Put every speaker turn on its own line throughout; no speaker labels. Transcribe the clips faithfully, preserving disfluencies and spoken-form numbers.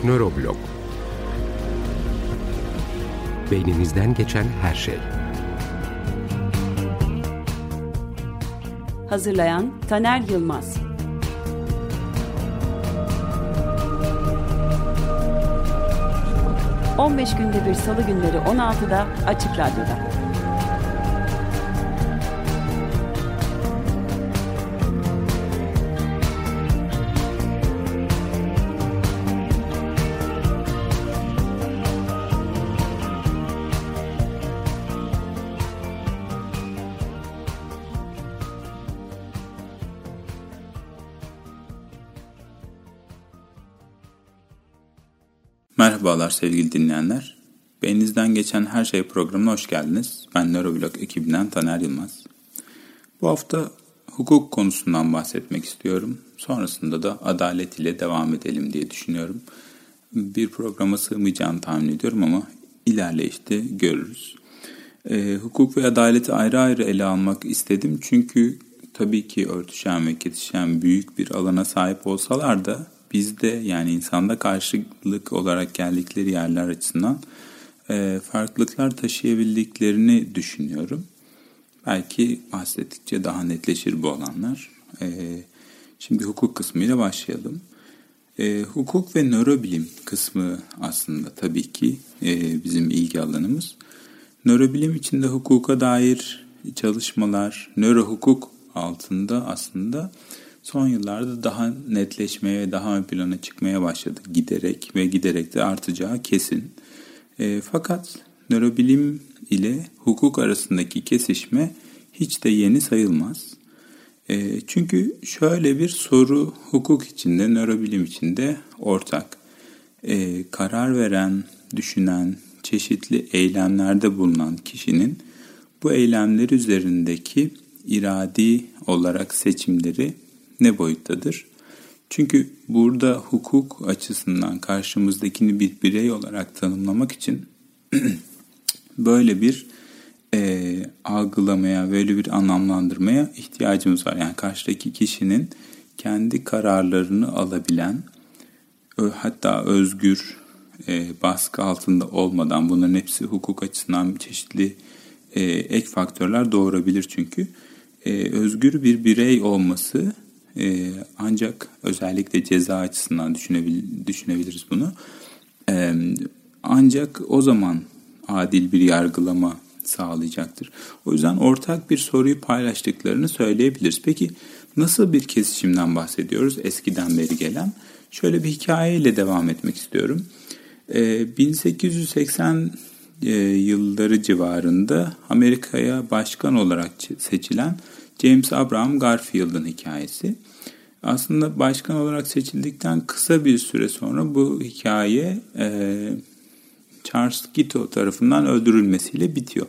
Nöroblog. Beyninizden geçen her şey.
Hazırlayan Taner Yılmaz. on beş günde bir Salı günleri on altıda Açık Radyo'da.
Merhabalar sevgili dinleyenler. Beyninizden geçen her şey programına hoş geldiniz. Ben Nöroblog ekibinden Taner Yılmaz. Bu hafta hukuk konusundan bahsetmek istiyorum. Sonrasında da adalet ile devam edelim diye düşünüyorum. Bir programa sığmayacağını tahmin ediyorum ama ilerleyişte görürüz. E, hukuk ve adaleti ayrı ayrı ele almak istedim. Çünkü tabii ki örtüşen ve kesişen büyük bir alana sahip olsalar da bizde, yani insanda karşılık olarak geldikleri yerler açısından e, farklılıklar taşıyabildiklerini düşünüyorum. Belki bahsettikçe daha netleşir bu olanlar. E, şimdi hukuk kısmıyla başlayalım. E, hukuk ve nörobilim kısmı aslında tabii ki e, bizim ilgi alanımız. Nörobilim içinde hukuka dair çalışmalar, nörohukuk altında aslında son yıllarda daha netleşmeye ve daha ön plana çıkmaya başladı giderek ve giderek de artacağı kesin. E, fakat nörobilim ile hukuk arasındaki kesişme hiç de yeni sayılmaz. E, çünkü şöyle bir soru hukuk içinde, nörobilim içinde ortak. E, karar veren, düşünen, çeşitli eylemlerde bulunan kişinin bu eylemler üzerindeki iradi olarak seçimleri ne boyuttadır? Çünkü burada hukuk açısından karşımızdakini bir birey olarak tanımlamak için böyle bir e, algılamaya, böyle bir anlamlandırmaya ihtiyacımız var. Yani karşıdaki kişinin kendi kararlarını alabilen, hatta özgür, e, baskı altında olmadan, bunların hepsi hukuk açısından çeşitli e, ek faktörler doğurabilir çünkü. E, özgür bir birey olması Ee, ancak özellikle ceza açısından düşünebil, düşünebiliriz bunu. Ee, ancak o zaman adil bir yargılama sağlayacaktır. O yüzden ortak bir soruyu paylaştıklarını söyleyebiliriz. Peki nasıl bir kesişimden bahsediyoruz eskiden beri gelen? Şöyle bir hikayeyle devam etmek istiyorum. Ee, bin sekiz yüz seksen e, yılları civarında Amerika'ya başkan olarak seçilen James Abraham Garfield'ın hikayesi. Aslında başkan olarak seçildikten kısa bir süre sonra bu hikaye e, Charles Guiteau tarafından öldürülmesiyle bitiyor.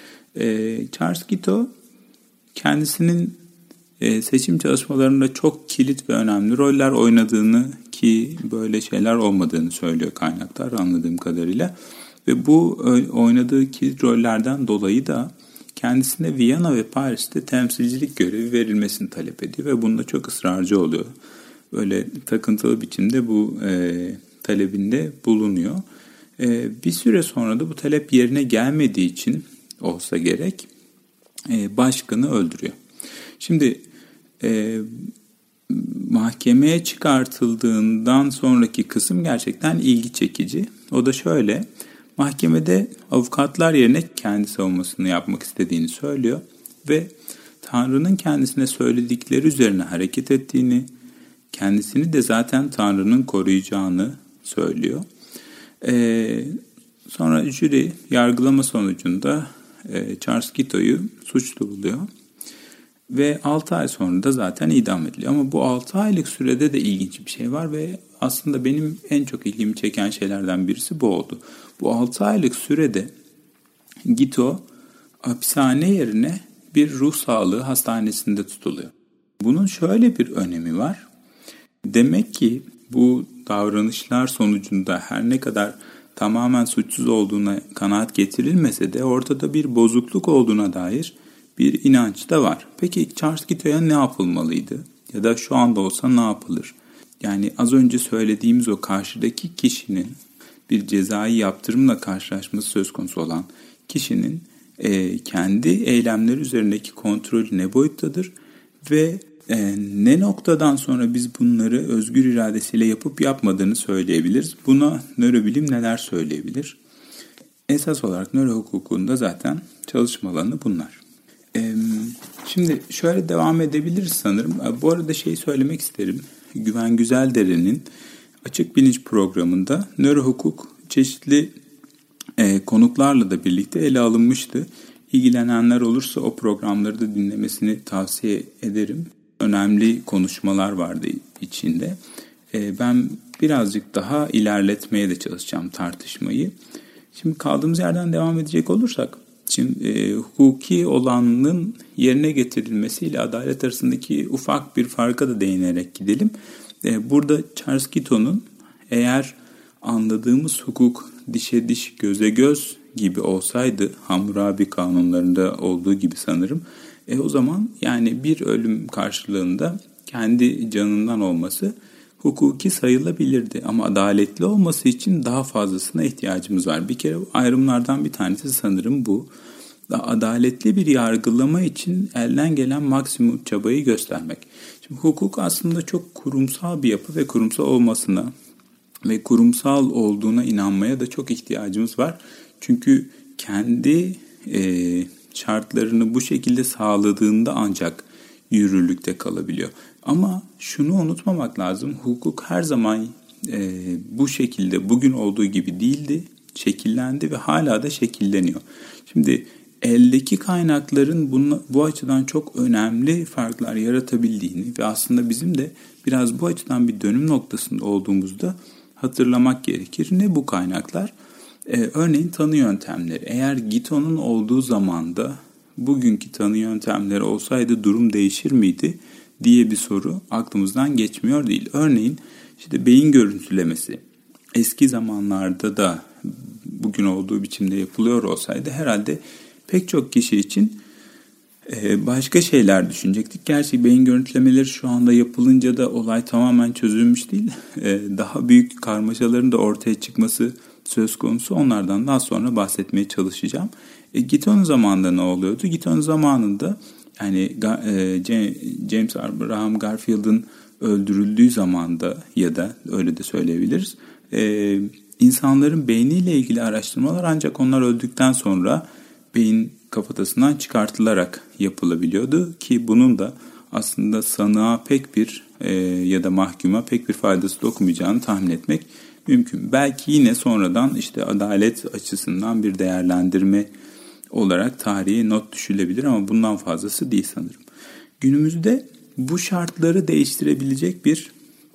E, Charles Guiteau kendisinin e, seçim çalışmalarında çok kilit ve önemli roller oynadığını, ki böyle şeyler olmadığını söylüyor kaynaklar anladığım kadarıyla. Ve bu oynadığı kilit rollerden dolayı da kendisine Viyana ve Paris'te temsilcilik görevi verilmesini talep ediyor ve bunda çok ısrarcı oluyor. Böyle takıntılı biçimde bu e, talebinde bulunuyor. E, bir süre sonra da bu talep yerine gelmediği için olsa gerek e, başkanı öldürüyor. Şimdi e, mahkemeye çıkartıldığından sonraki kısım gerçekten ilgi çekici. O da şöyle: mahkemede avukatlar yerine kendi savunmasını yapmak istediğini söylüyor ve Tanrı'nın kendisine söyledikleri üzerine hareket ettiğini, kendisini de zaten Tanrı'nın koruyacağını söylüyor. Ee, sonra jüri yargılama sonucunda e, Charles Guiteau'yu suçlu buluyor ve altı ay sonra da zaten idam ediliyor. Ama bu altı aylık sürede de ilginç bir şey var ve aslında benim en çok ilgimi çeken şeylerden birisi bu oldu. Bu altı aylık sürede Guiteau hapishane yerine bir ruh sağlığı hastanesinde tutuluyor. Bunun şöyle bir önemi var. Demek ki bu davranışlar sonucunda her ne kadar tamamen suçsuz olduğuna kanaat getirilmese de ortada bir bozukluk olduğuna dair bir inanç da var. Peki Charles Guiteau'ya ne yapılmalıydı? Ya da şu anda olsa ne yapılır? Yani az önce söylediğimiz o karşıdaki kişinin bir cezai yaptırımla karşılaşması söz konusu olan kişinin e, kendi eylemleri üzerindeki kontrolü ne boyuttadır ve e, ne noktadan sonra biz bunları özgür iradesiyle yapıp yapmadığını söyleyebiliriz. Buna nörobilim neler söyleyebilir? Esas olarak nöro hukukunda zaten çalışma alanı bunlar. E, şimdi şöyle devam edebiliriz sanırım. Bu arada şeyi söylemek isterim. Güven Güzeldere'nin Açık Bilinç programında nöro hukuk çeşitli e, konuklarla da birlikte ele alınmıştı. İlgilenenler olursa o programları da dinlemesini tavsiye ederim. Önemli konuşmalar vardı içinde. E, ben birazcık daha ilerletmeye de çalışacağım tartışmayı. Şimdi kaldığımız yerden devam edecek olursak, şimdi e, hukuki olanın yerine getirilmesiyle adalet arasındaki ufak bir farka da değinerek gidelim. E, burada Charles Guiteau'nun eğer anladığımız hukuk dişe diş göze göz gibi olsaydı, Hammurabi kanunlarında olduğu gibi sanırım, e, o zaman yani bir ölüm karşılığında kendi canından olması hukuki sayılabilirdi. Ama adaletli olması için daha fazlasına ihtiyacımız var. Bir kere ayrımlardan bir tanesi sanırım bu. Adaletli bir yargılama için elden gelen maksimum çabayı göstermek. Şimdi hukuk aslında çok kurumsal bir yapı ve kurumsal olmasına ve kurumsal olduğuna inanmaya da çok ihtiyacımız var. Çünkü kendi e, şartlarını bu şekilde sağladığında ancak yürürlükte kalabiliyor. Ama şunu unutmamak lazım. Hukuk her zaman e, bu şekilde bugün olduğu gibi değildi. Şekillendi ve hala da şekilleniyor. Şimdi eldeki kaynakların bunu, bu açıdan çok önemli farklar yaratabildiğini ve aslında bizim de biraz bu açıdan bir dönüm noktasında olduğumuzda hatırlamak gerekir. Ne bu kaynaklar? Ee, örneğin tanı yöntemleri. Eğer Guiteau'nun olduğu zamanda bugünkü tanı yöntemleri olsaydı durum değişir miydi diye bir soru aklımızdan geçmiyor değil. Örneğin işte beyin görüntülemesi eski zamanlarda da bugün olduğu biçimde yapılıyor olsaydı herhalde pek çok kişi için başka şeyler düşünecektik. Gerçi beyin görüntülemeleri şu anda yapılınca da olay tamamen çözülmüş değil. Daha büyük karmaşaların da ortaya çıkması söz konusu. Onlardan daha sonra bahsetmeye çalışacağım. E, Guiteau'nun zamanında ne oluyordu? Guiteau'nun zamanında yani James Abraham Garfield'ın öldürüldüğü zamanda ya da öyle de söyleyebiliriz. E, insanların beyniyle ilgili araştırmalar ancak onlar öldükten sonra beyin kafatasından çıkartılarak yapılabiliyordu ki bunun da aslında sanığa pek bir e, ya da mahkuma pek bir faydası dokunmayacağını tahmin etmek mümkün. Belki yine sonradan işte adalet açısından bir değerlendirme olarak tarihe not düşülebilir ama bundan fazlası değil sanırım. Günümüzde bu şartları değiştirebilecek bir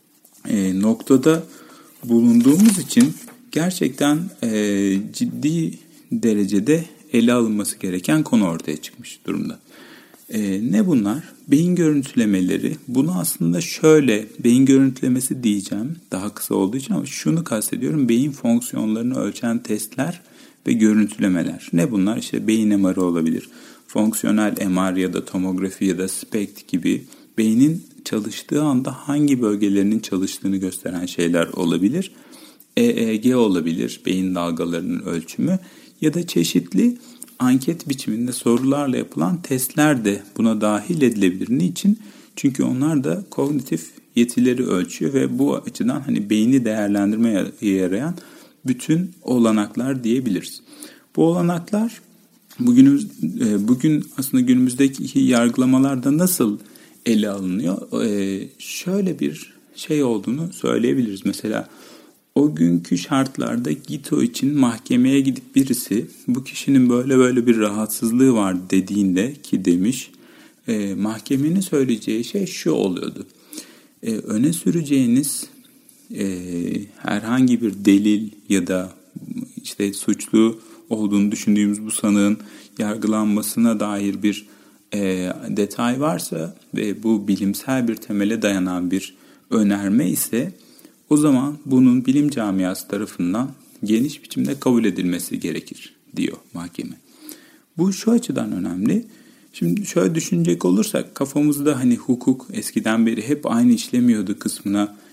e, noktada bulunduğumuz için gerçekten e, ciddi derecede ele alınması gereken konu ortaya çıkmış durumda. Ee, ne bunlar? Beyin görüntülemeleri. Bunu aslında şöyle beyin görüntülemesi diyeceğim daha kısa olduğu için ama şunu kastediyorum. Beyin fonksiyonlarını ölçen testler ve görüntülemeler. Ne bunlar? İşte beyin M R'ı olabilir. Fonksiyonel M R ya da tomografi ya da SPECT gibi beynin çalıştığı anda hangi bölgelerinin çalıştığını gösteren şeyler olabilir. E E G olabilir. Beyin dalgalarının ölçümü. Ya da çeşitli anket biçiminde sorularla yapılan testler de buna dahil edilebilir. Niçin? Çünkü onlar da kognitif yetileri ölçüyor ve bu açıdan hani beyni değerlendirmeye yarayan bütün olanaklar diyebiliriz. Bu olanaklar bugünümüz, bugün aslında günümüzdeki yargılamalarda nasıl ele alınıyor? Ee, şöyle bir şey olduğunu söyleyebiliriz. Mesela o günkü şartlarda Guiteau için mahkemeye gidip birisi bu kişinin böyle böyle bir rahatsızlığı var dediğinde ki demiş e, mahkemenin söyleyeceği şey şu oluyordu. E, öne süreceğiniz e, herhangi bir delil ya da işte suçlu olduğunu düşündüğümüz bu sanığın yargılanmasına dair bir e, detay varsa ve bu bilimsel bir temele dayanan bir önerme ise o zaman bunun bilim camiası tarafından geniş biçimde kabul edilmesi gerekir diyor mahkeme. Bu şu açıdan önemli. Şimdi şöyle düşünecek olursak kafamızda hani hukuk eskiden beri hep aynı işlemiyordu kısmına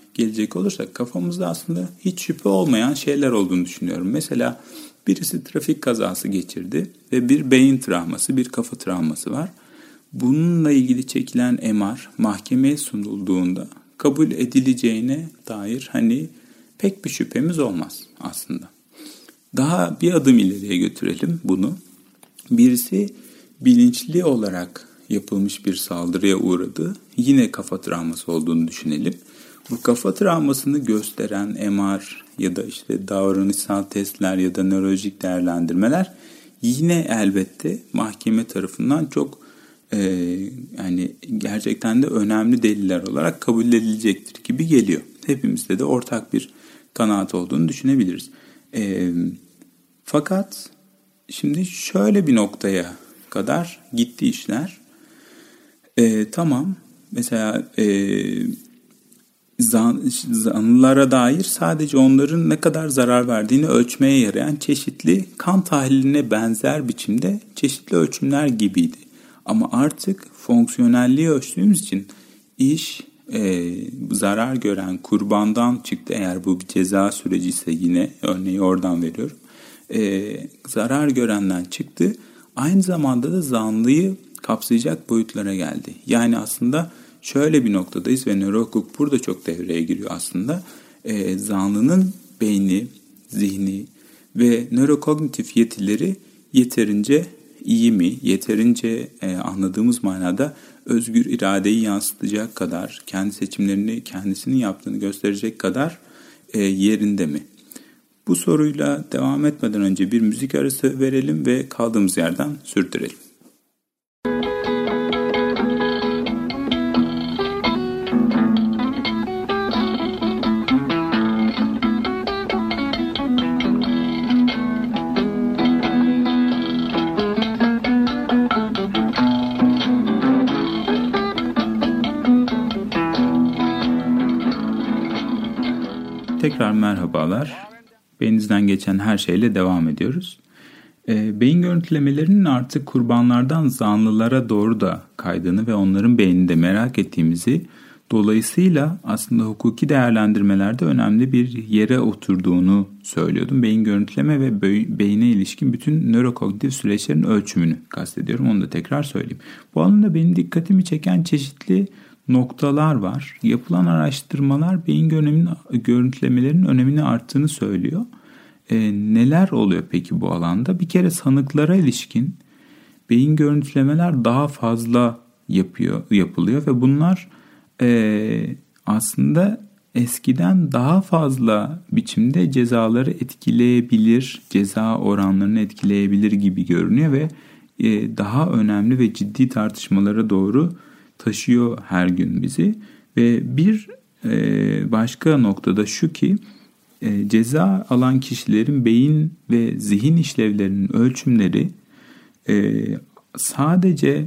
gelecek olursak kafamızda aslında hiç şüphe olmayan şeyler olduğunu düşünüyorum. Mesela birisi trafik kazası geçirdi ve bir beyin travması, bir kafa travması var. Bununla ilgili çekilen M R mahkemeye sunulduğunda kabul edileceğine dair hani pek bir şüphemiz olmaz aslında. Daha bir adım ileriye götürelim bunu. Birisi bilinçli olarak yapılmış bir saldırıya uğradı. Yine kafa travması olduğunu düşünelim. Bu kafa travmasını gösteren M R ya da işte davranışsal testler ya da nörolojik değerlendirmeler yine elbette mahkeme tarafından çok e, yani gerçekten de önemli deliller olarak kabul edilecektir gibi geliyor. Hepimizde de ortak bir kanaat olduğunu düşünebiliriz. E, fakat şimdi şöyle bir noktaya kadar gitti işler. E, tamam mesela e, zan, zanlılara dair sadece onların ne kadar zarar verdiğini ölçmeye yarayan çeşitli kan tahliline benzer biçimde çeşitli ölçümler gibiydi. Ama artık fonksiyonelliği ölçtüğümüz için iş e, zarar gören kurbandan çıktı. Eğer bu bir ceza süreci ise yine örneği oradan veriyorum. E, zarar görenden çıktı. Aynı zamanda da zanlıyı kapsayacak boyutlara geldi. Yani aslında şöyle bir noktadayız ve nörohukuk burada çok devreye giriyor aslında. E, zanlının beyni, zihni ve nörokognitif yetileri yeterince iyi mi, yeterince e, anladığımız manada özgür iradeyi yansıtacak kadar, kendi seçimlerini kendisinin yaptığını gösterecek kadar e, yerinde mi? Bu soruyla devam etmeden önce bir müzik arası verelim ve kaldığımız yerden sürdürelim. Tekrar merhabalar. Beyninizden geçen her şeyle devam ediyoruz. E, beyin görüntülemelerinin artık kurbanlardan zanlılara doğru da kaydığını ve onların beyninde merak ettiğimizi, dolayısıyla aslında hukuki değerlendirmelerde önemli bir yere oturduğunu söylüyordum. Beyin görüntüleme ve beyine ilişkin bütün nörokognitif süreçlerin ölçümünü kastediyorum. Onu da tekrar söyleyeyim. Bu alanda benim dikkatimi çeken çeşitli noktalar var. Yapılan araştırmalar beyin görüntülemelerinin önemini arttığını söylüyor. E, neler oluyor peki bu alanda? Bir kere sanıklara ilişkin beyin görüntülemeler daha fazla yapıyor, yapılıyor ve bunlar e, aslında eskiden daha fazla biçimde cezaları etkileyebilir, ceza oranlarını etkileyebilir gibi görünüyor ve e, daha önemli ve ciddi tartışmalara doğru taşıyor her gün bizi. Ve bir e, başka noktada şu ki e, ceza alan kişilerin beyin ve zihin işlevlerinin ölçümleri e, sadece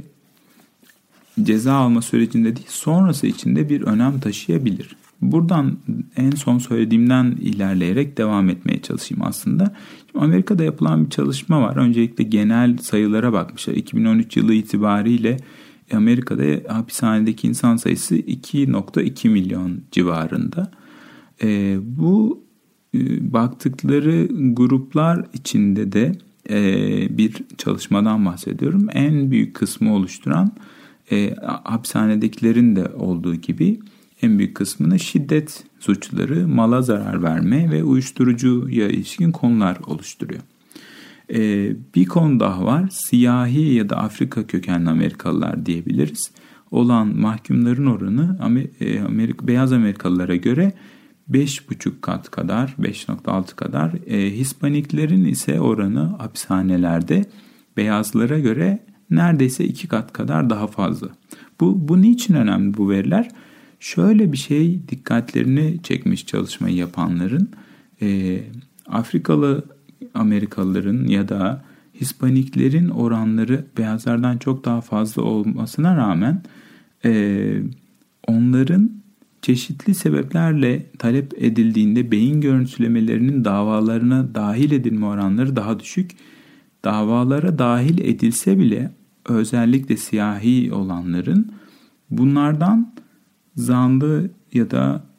ceza alma sürecinde değil sonrası için de bir önem taşıyabilir. Buradan en son söylediğimden ilerleyerek devam etmeye çalışayım aslında. Şimdi Amerika'da yapılan bir çalışma var. Öncelikle genel sayılara bakmışlar. iki bin on üç yılı itibariyle Amerika'da hapishanedeki insan sayısı iki virgül iki milyon civarında. E, bu e, baktıkları gruplar içinde de e, bir çalışmadan bahsediyorum. En büyük kısmı oluşturan e, hapishanedekilerin de olduğu gibi en büyük kısmını şiddet suçları, mala zarar verme ve uyuşturucuya ilişkin konular oluşturuyor. Ee, bir konu daha var. Siyahi ya da Afrika kökenli Amerikalılar diyebiliriz. Olan mahkumların oranı Amerika, beyaz Amerikalılara göre beş buçuk kat kadar, beş virgül altı kadar. E, Hispaniklerin ise oranı hapishanelerde beyazlara göre neredeyse iki kat kadar daha fazla. Bu, bu niçin önemli bu veriler? Şöyle bir şey dikkatlerini çekmiş çalışmayı yapanların. E, Afrikalı Amerikalıların ya da Hispaniklerin oranları beyazlardan çok daha fazla olmasına rağmen e, onların çeşitli sebeplerle talep edildiğinde beyin görüntülemelerinin davalarına dahil edilme oranları daha düşük. Davalara dahil edilse bile özellikle siyahi olanların bunlardan zanlı ya da e,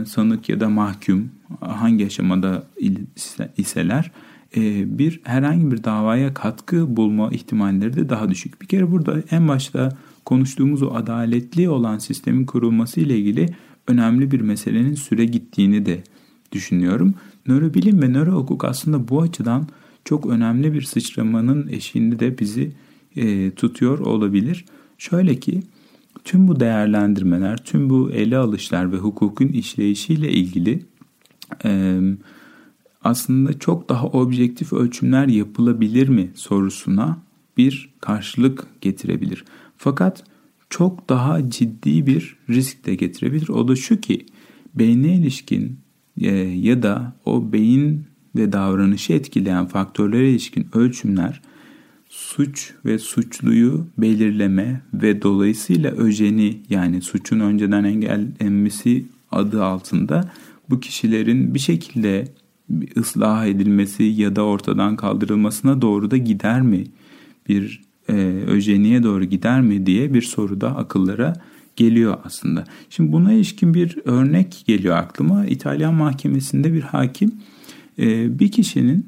sanık ya da mahkum hangi aşamada iseler e, bir herhangi bir davaya katkı bulma ihtimalleri de daha düşük. Bir kere burada en başta konuştuğumuz o adaletli olan sistemin kurulması ile ilgili önemli bir meselenin süre gittiğini de düşünüyorum. Nörobilim ve nörohukuk aslında bu açıdan çok önemli bir sıçramanın eşiğinde de bizi e, tutuyor olabilir. Şöyle ki tüm bu değerlendirmeler, tüm bu ele alışlar ve hukukun işleyişiyle ilgili e, aslında çok daha objektif ölçümler yapılabilir mi sorusuna bir karşılık getirebilir. Fakat çok daha ciddi bir risk de getirebilir. O da şu ki beyne ilişkin e, ya da o beyin ve davranışı etkileyen faktörlere ilişkin ölçümler suç ve suçluyu belirleme ve dolayısıyla öjeni yani suçun önceden engellenmesi adı altında bu kişilerin bir şekilde ıslah edilmesi ya da ortadan kaldırılmasına doğru da gider mi? Bir e, öjeniye doğru gider mi diye bir soru da akıllara geliyor aslında. Şimdi buna ilişkin bir örnek geliyor aklıma. İtalyan mahkemesinde bir hakim e, bir kişinin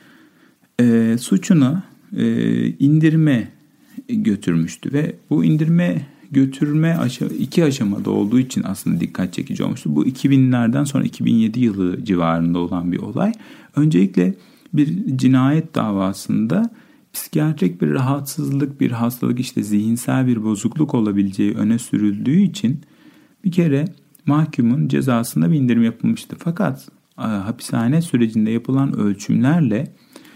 e, suçuna e, indirime götürmüştü ve bu indirme götürme aşama, iki aşamada olduğu için aslında dikkat çekici olmuştu. Bu iki binlerden sonra iki bin yedi yılı civarında olan bir olay. Öncelikle bir cinayet davasında psikiyatrik bir rahatsızlık, bir hastalık, işte zihinsel bir bozukluk olabileceği öne sürüldüğü için bir kere mahkumun cezasında bir indirim yapılmıştı. Fakat hapishane sürecinde yapılan ölçümlerle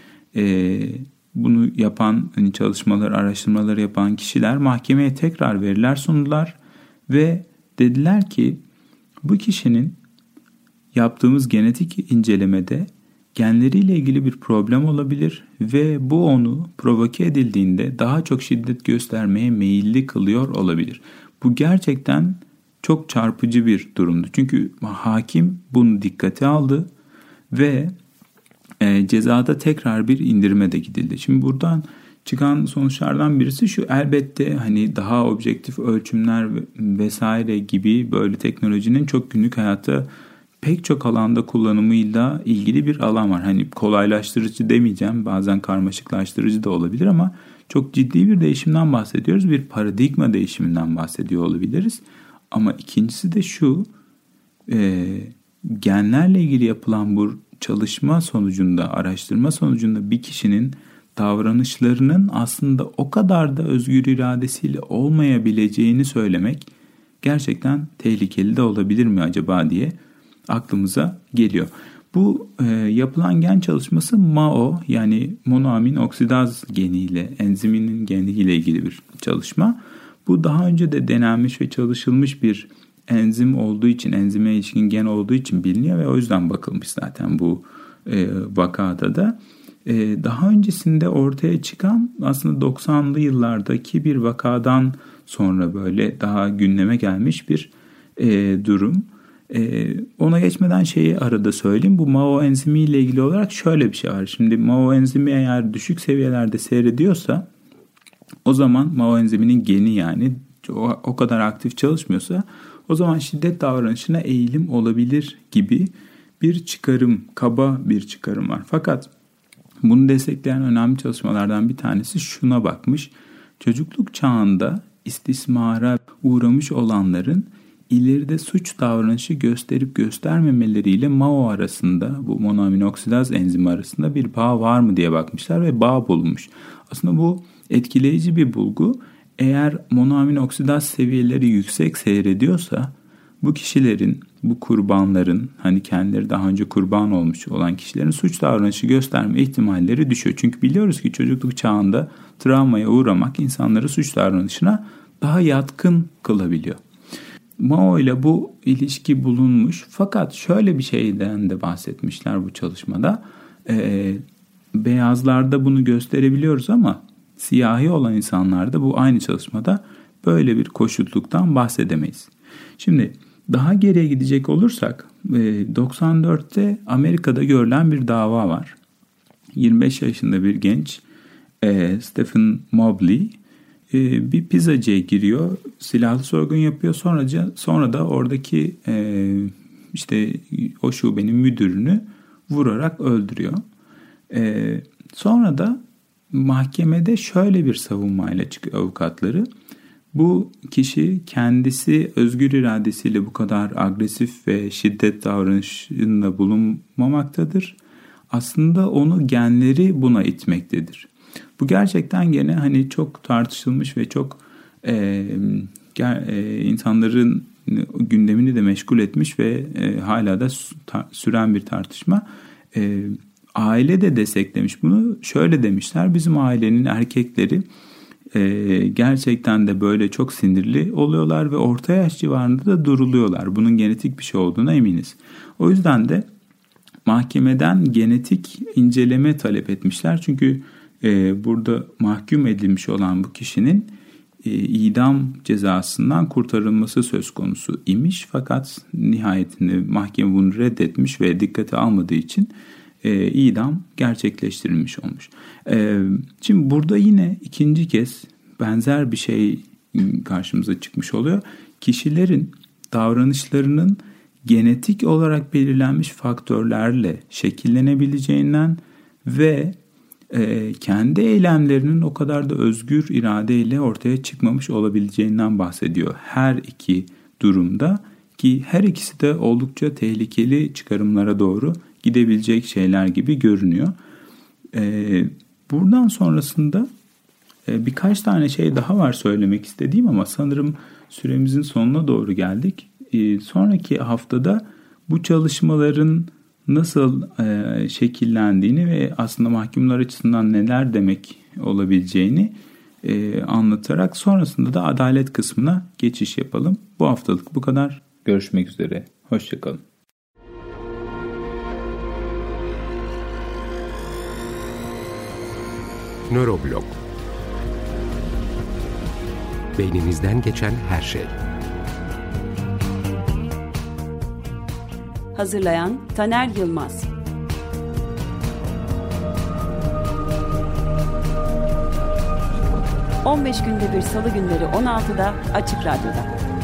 e, bunu yapan, hani çalışmalar, araştırmaları yapan kişiler mahkemeye tekrar veriler sundular ve dediler ki bu kişinin yaptığımız genetik incelemede genleriyle ilgili bir problem olabilir ve bu onu provoke edildiğinde daha çok şiddet göstermeye meyilli kılıyor olabilir. Bu gerçekten çok çarpıcı bir durumdu. Çünkü hakim bunu dikkate aldı ve e, cezada tekrar bir indirime de gidildi. Şimdi buradan çıkan sonuçlardan birisi şu: elbette hani daha objektif ölçümler vesaire gibi böyle teknolojinin çok günlük hayatta pek çok alanda kullanımıyla ilgili bir alan var. Hani kolaylaştırıcı demeyeceğim, bazen karmaşıklaştırıcı da olabilir ama çok ciddi bir değişimden bahsediyoruz. Bir paradigma değişiminden bahsediyor olabiliriz. Ama ikincisi de şu, e, genlerle ilgili yapılan bu çalışma sonucunda, araştırma sonucunda bir kişinin davranışlarının aslında o kadar da özgür iradesiyle olmayabileceğini söylemek gerçekten tehlikeli de olabilir mi acaba diye aklımıza geliyor. Bu e, yapılan gen çalışması M A O yani monoamin oksidaz geniyle, enziminin geniyle ilgili bir çalışma. Bu daha önce de denenmiş ve çalışılmış bir enzim olduğu için, enzime ilişkin gen olduğu için biliniyor ve o yüzden bakılmış zaten bu e, vakada da. E, daha öncesinde ortaya çıkan aslında doksanlı yıllardaki bir vakadan sonra böyle daha gündeme gelmiş bir e, durum. Ee, ona geçmeden şeyi arada söyleyeyim. Bu M A O enzimi ile ilgili olarak şöyle bir şey var. Şimdi M A O enzimi eğer düşük seviyelerde seyrediyorsa o zaman M A O enziminin geni yani o, o kadar aktif çalışmıyorsa o zaman şiddet davranışına eğilim olabilir gibi bir çıkarım, kaba bir çıkarım var. Fakat bunu destekleyen önemli çalışmalardan bir tanesi şuna bakmış: çocukluk çağında istismara uğramış olanların ileride suç davranışı gösterip göstermemeleriyle M A O arasında, bu monoaminoksidaz enzimi arasında bir bağ var mı diye bakmışlar ve bağ bulunmuş. Aslında bu etkileyici bir bulgu. Eğer monoaminoksidaz seviyeleri yüksek seyrediyorsa bu kişilerin, bu kurbanların, hani kendileri daha önce kurban olmuş olan kişilerin suç davranışı gösterme ihtimalleri düşüyor. Çünkü biliyoruz ki çocukluk çağında travmaya uğramak insanları suç davranışına daha yatkın kılabiliyor. M A O ile bu ilişki bulunmuş. Fakat şöyle bir şeyden de bahsetmişler bu çalışmada. Ee, beyazlarda bunu gösterebiliyoruz ama siyahi olan insanlarda bu aynı çalışmada böyle bir koşulluktan bahsedemeyiz. Şimdi daha geriye gidecek olursak doksan dörtte Amerika'da görülen bir dava var. yirmi beş yaşında bir genç Stephen Mobley bir pizzacıya giriyor, silahlı soygun yapıyor. Sonraca, sonra da oradaki işte o şubenin müdürünü vurarak öldürüyor. Ee, sonra da mahkemede şöyle bir savunmayla çıkıyor avukatları. Bu kişi kendisi özgür iradesiyle bu kadar agresif ve şiddet davranışında bulunmamaktadır. Aslında onu genleri buna itmektedir. Bu gerçekten gene hani çok tartışılmış ve çok e, e, insanların gündemini de meşgul etmiş ve e, hala da ta, süren bir tartışma. E, aile de desteklemiş bunu. Şöyle demişler, bizim ailenin erkekleri e, gerçekten de böyle çok sinirli oluyorlar ve orta yaş civarında da duruluyorlar. Bunun genetik bir şey olduğuna eminiz. O yüzden de mahkemeden genetik inceleme talep etmişler. Çünkü e, burada mahkum edilmiş olan bu kişinin e, idam cezasından kurtarılması söz konusu imiş. Fakat nihayetinde mahkeme bunu reddetmiş ve dikkate almadığı için e, idam gerçekleştirilmiş olmuş. E, şimdi burada yine ikinci kez benzer bir şey karşımıza çıkmış oluyor. Kişilerin davranışlarının genetik olarak belirlenmiş faktörlerle şekillenebileceğinden ve e, kendi eylemlerinin o kadar da özgür iradeyle ortaya çıkmamış olabileceğinden bahsediyor. Her iki durumda, ki her ikisi de oldukça tehlikeli çıkarımlara doğru gidebilecek şeyler gibi görünüyor. E, buradan sonrasında e, birkaç tane şey daha var söylemek istediğim ama sanırım süremizin sonuna doğru geldik. E, sonraki haftada bu çalışmaların nasıl e, şekillendiğini ve aslında mahkumlar açısından neler demek olabileceğini e, anlatarak sonrasında da adalet kısmına geçiş yapalım. Bu haftalık bu kadar. Görüşmek üzere. Hoşça kalın.
Nöroblog. Beyninizden geçen her şey.
Hazırlayan Taner Yılmaz. on beş günde bir salı günleri on altıda Açık Radyo'da.